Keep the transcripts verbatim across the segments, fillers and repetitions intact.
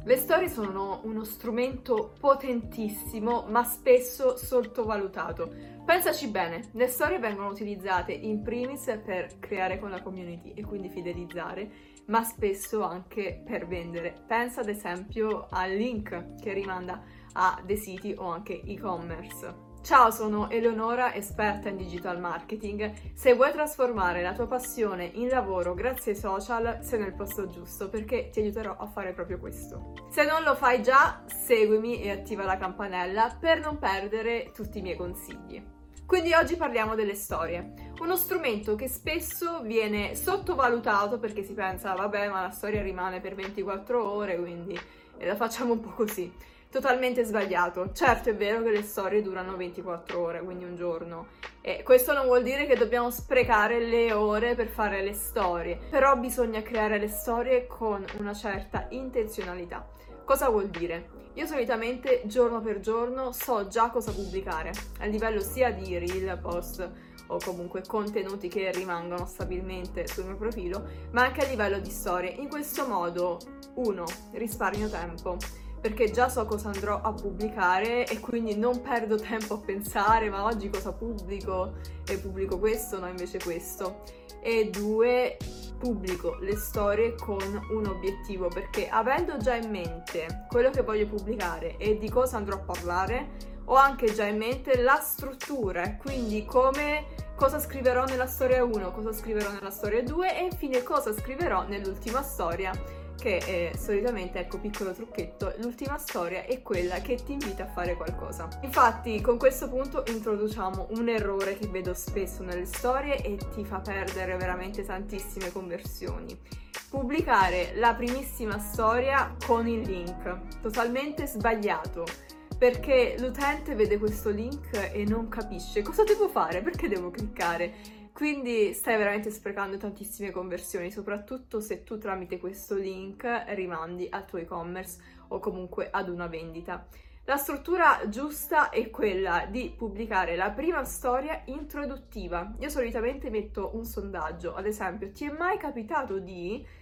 Le storie sono uno strumento potentissimo, ma spesso sottovalutato. Pensaci bene, le storie vengono utilizzate in primis per creare con la community e quindi fidelizzare, ma spesso anche per vendere. Pensa ad esempio al link che rimanda a dei siti o anche e-commerce. Ciao, sono Eleonora, esperta in digital marketing. Se vuoi trasformare la tua passione in lavoro grazie ai social, sei nel posto giusto perché ti aiuterò a fare proprio questo. Se non lo fai già, seguimi e attiva la campanella per non perdere tutti i miei consigli. Quindi oggi parliamo delle storie, uno strumento che spesso viene sottovalutato perché si pensa, vabbè, ma la storia rimane per ventiquattro ore, quindi la facciamo un po' così. Totalmente sbagliato. Certo, è vero che le storie durano ventiquattro ore, quindi un giorno, e questo non vuol dire che dobbiamo sprecare le ore per fare le storie, però bisogna creare le storie con una certa intenzionalità. Cosa vuol dire? Io solitamente giorno per giorno so già cosa pubblicare, a livello sia di reel, post o comunque contenuti che rimangono stabilmente sul mio profilo, ma anche a livello di storie. In questo modo, uno, risparmio tempo, perché già so cosa andrò a pubblicare e quindi non perdo tempo a pensare ma oggi cosa pubblico e pubblico questo, no invece questo. E due, pubblico le storie con un obiettivo, perché avendo già in mente quello che voglio pubblicare e di cosa andrò a parlare, ho anche già in mente la struttura, quindi come, cosa scriverò nella storia uno, cosa scriverò nella storia due e infine cosa scriverò nell'ultima storia, che è, solitamente, ecco, piccolo trucchetto, l'ultima storia è quella che ti invita a fare qualcosa. Infatti con questo punto introduciamo un errore che vedo spesso nelle storie e ti fa perdere veramente tantissime conversioni: pubblicare la primissima storia con il link. Totalmente sbagliato, perché l'utente vede questo link e non capisce cosa devo fare, perché devo cliccare. Quindi stai veramente sprecando tantissime conversioni, soprattutto se tu tramite questo link rimandi al tuo e-commerce o comunque ad una vendita. La struttura giusta è quella di pubblicare la prima storia introduttiva. Io solitamente metto un sondaggio, ad esempio, ti è mai capitato di...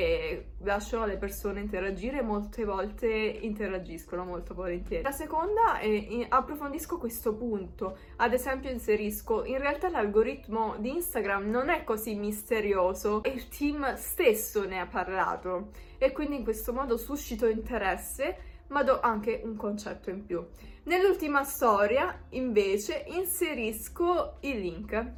e lascio le persone interagire, molte volte interagiscono molto volentieri. La seconda è in, approfondisco questo punto, ad esempio inserisco, in realtà l'algoritmo di Instagram non è così misterioso e il team stesso ne ha parlato e quindi in questo modo suscito interesse ma do anche un concetto in più. Nell'ultima storia invece inserisco il link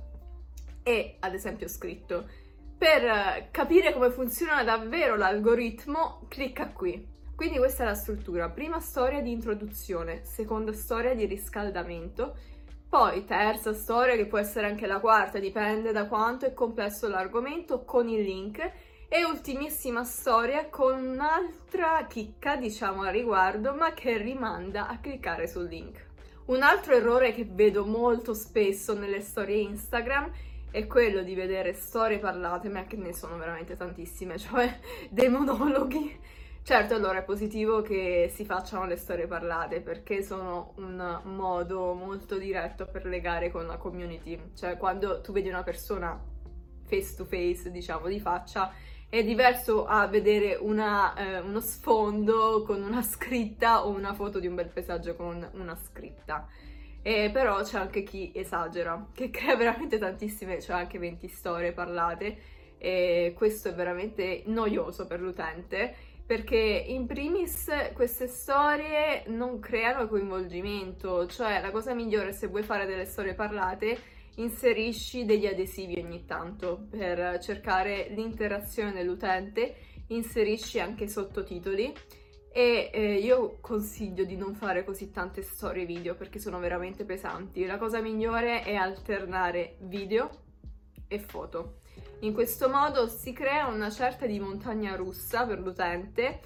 e ad esempio ho scritto: per capire come funziona davvero l'algoritmo, clicca qui. Quindi questa è la struttura: prima storia di introduzione, seconda storia di riscaldamento, poi terza storia, che può essere anche la quarta, dipende da quanto è complesso l'argomento, con il link, e ultimissima storia con un'altra chicca, diciamo, a riguardo, ma che rimanda a cliccare sul link. Un altro errore che vedo molto spesso nelle storie Instagram è quello di vedere storie parlate, ma che ne sono veramente tantissime, cioè dei monologhi. Certo, allora è positivo che si facciano le storie parlate perché sono un modo molto diretto per legare con la community. Cioè, quando tu vedi una persona face to face, diciamo, di faccia, è diverso a vedere una, eh, uno sfondo con una scritta o una foto di un bel paesaggio con una scritta. Eh, però c'è anche chi esagera, che crea veramente tantissime, cioè anche venti storie parlate, e questo è veramente noioso per l'utente, perché in primis queste storie non creano coinvolgimento. Cioè la cosa migliore, se vuoi fare delle storie parlate, inserisci degli adesivi ogni tanto per cercare l'interazione dell'utente, inserisci anche i sottotitoli. E eh, io consiglio di non fare così tante storie video perché sono veramente pesanti. La cosa migliore è alternare video e foto. In questo modo si crea una certa di montagna russa per l'utente,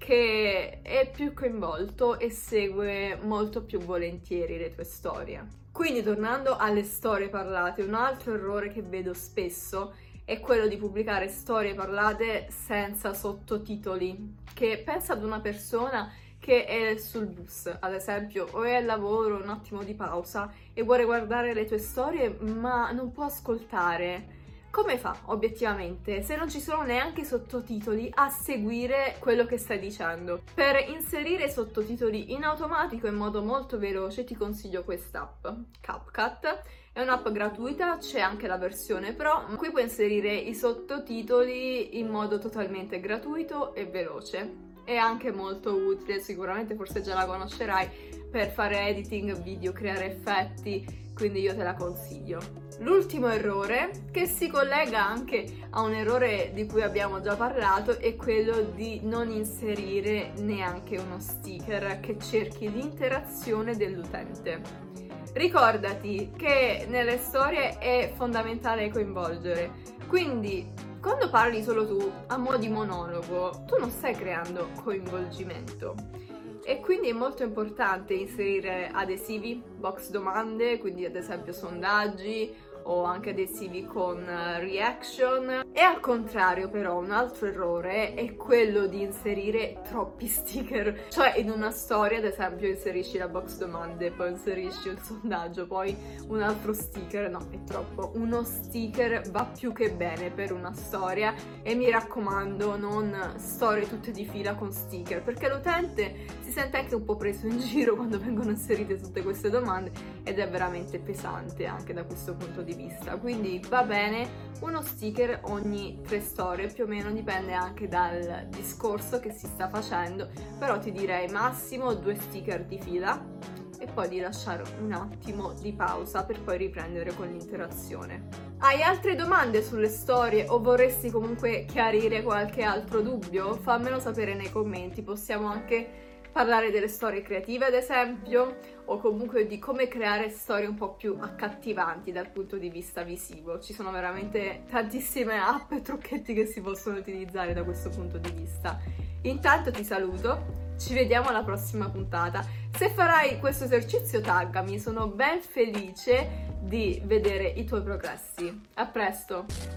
che è più coinvolto e segue molto più volentieri le tue storie. Quindi, tornando alle storie parlate, un altro errore che vedo spesso è quello di pubblicare storie parlate senza sottotitoli, che pensa ad una persona che è sul bus, ad esempio, o è al lavoro, un attimo di pausa, e vuole guardare le tue storie ma non può ascoltare Come fa obiettivamente, se non ci sono neanche i sottotitoli, a seguire quello che stai dicendo? Per inserire i sottotitoli in automatico in modo molto veloce ti consiglio quest'app, CapCut. È un'app gratuita, c'è anche la versione Pro. Qui puoi inserire i sottotitoli in modo totalmente gratuito e veloce. È anche molto utile, sicuramente forse già la conoscerai, per fare editing video, creare effetti, quindi io te la consiglio. L'ultimo errore, che si collega anche a un errore di cui abbiamo già parlato, è quello di non inserire neanche uno sticker che cerchi l'interazione dell'utente. Ricordati che nelle storie è fondamentale coinvolgere, quindi quando parli solo tu, a mo' di monologo, tu non stai creando coinvolgimento. E quindi è molto importante inserire adesivi, box domande, quindi ad esempio sondaggi o anche adesivi con reaction. E al contrario però un altro errore è quello di inserire troppi sticker, cioè in una storia ad esempio inserisci la box domande, poi inserisci un sondaggio, poi un altro sticker, no, è troppo. Uno sticker va più che bene per una storia e mi raccomando non storie tutte di fila con sticker, perché l'utente si sente anche un po' preso in giro quando vengono inserite tutte queste domande ed è veramente pesante anche da questo punto di vista. Quindi va bene uno sticker ogni tre storie, più o meno, dipende anche dal discorso che si sta facendo, però ti direi massimo due sticker di fila e poi di lasciare un attimo di pausa per poi riprendere con l'interazione. Hai altre domande sulle storie o vorresti comunque chiarire qualche altro dubbio? Fammelo sapere nei commenti, possiamo anche parlare delle storie creative ad esempio, o comunque di come creare storie un po' più accattivanti dal punto di vista visivo. Ci sono veramente tantissime app e trucchetti che si possono utilizzare da questo punto di vista. Intanto ti saluto, ci vediamo alla prossima puntata. Se farai questo esercizio taggami, sono ben felice di vedere i tuoi progressi. A presto!